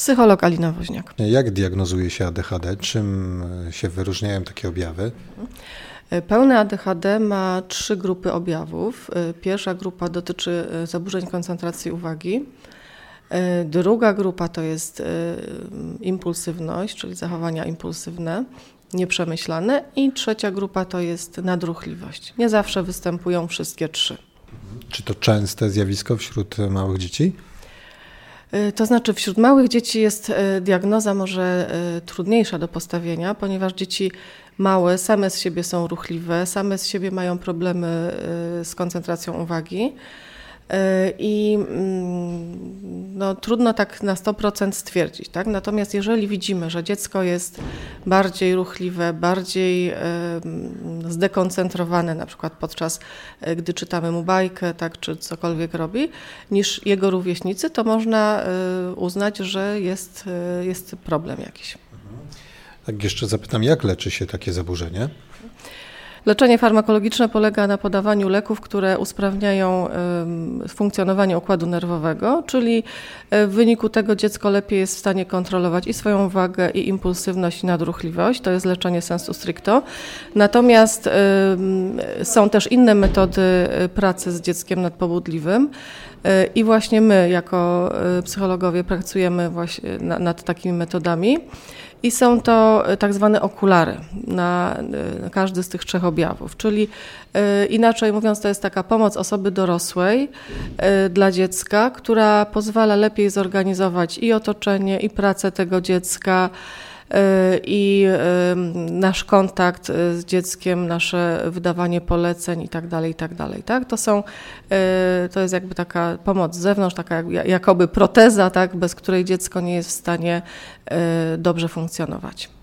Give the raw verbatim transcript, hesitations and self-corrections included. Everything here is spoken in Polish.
Psycholog Alina Woźniak. Jak diagnozuje się A D H D? Czym się wyróżniają takie objawy? Pełne A D H D ma trzy grupy objawów. Pierwsza grupa dotyczy zaburzeń koncentracji uwagi. Druga grupa to jest impulsywność, czyli zachowania impulsywne, nieprzemyślane. I trzecia grupa to jest nadruchliwość. Nie zawsze występują wszystkie trzy. Czy to częste zjawisko wśród małych dzieci? To znaczy wśród małych dzieci jest diagnoza może trudniejsza do postawienia, ponieważ dzieci małe same z siebie są ruchliwe, same z siebie mają problemy z koncentracją uwagi i no, trudno tak na sto procent stwierdzić. Tak? Natomiast jeżeli widzimy, że dziecko jest bardziej ruchliwe, bardziej zdekoncentrowane, na przykład podczas gdy czytamy mu bajkę, tak, czy cokolwiek robi, niż jego rówieśnicy, to można uznać, że jest, jest problem jakiś. Tak, jeszcze zapytam, jak leczy się takie zaburzenie? Leczenie farmakologiczne polega na podawaniu leków, które usprawniają funkcjonowanie układu nerwowego, czyli w wyniku tego dziecko lepiej jest w stanie kontrolować i swoją uwagę, i impulsywność, i nadruchliwość. To jest leczenie sensu stricto. Natomiast są też inne metody pracy z dzieckiem nadpobudliwym i właśnie my jako psychologowie pracujemy właśnie nad takimi metodami. I są to tak zwane okulary na każdy z tych trzech objawów, czyli inaczej mówiąc to jest taka pomoc osoby dorosłej dla dziecka, która pozwala lepiej zorganizować i otoczenie, i pracę tego dziecka, i nasz kontakt z dzieckiem, nasze wydawanie poleceń i tak dalej, i tak dalej. Tak? To są, to jest jakby taka pomoc z zewnątrz, taka jakoby proteza, tak? Bez której dziecko nie jest w stanie dobrze funkcjonować.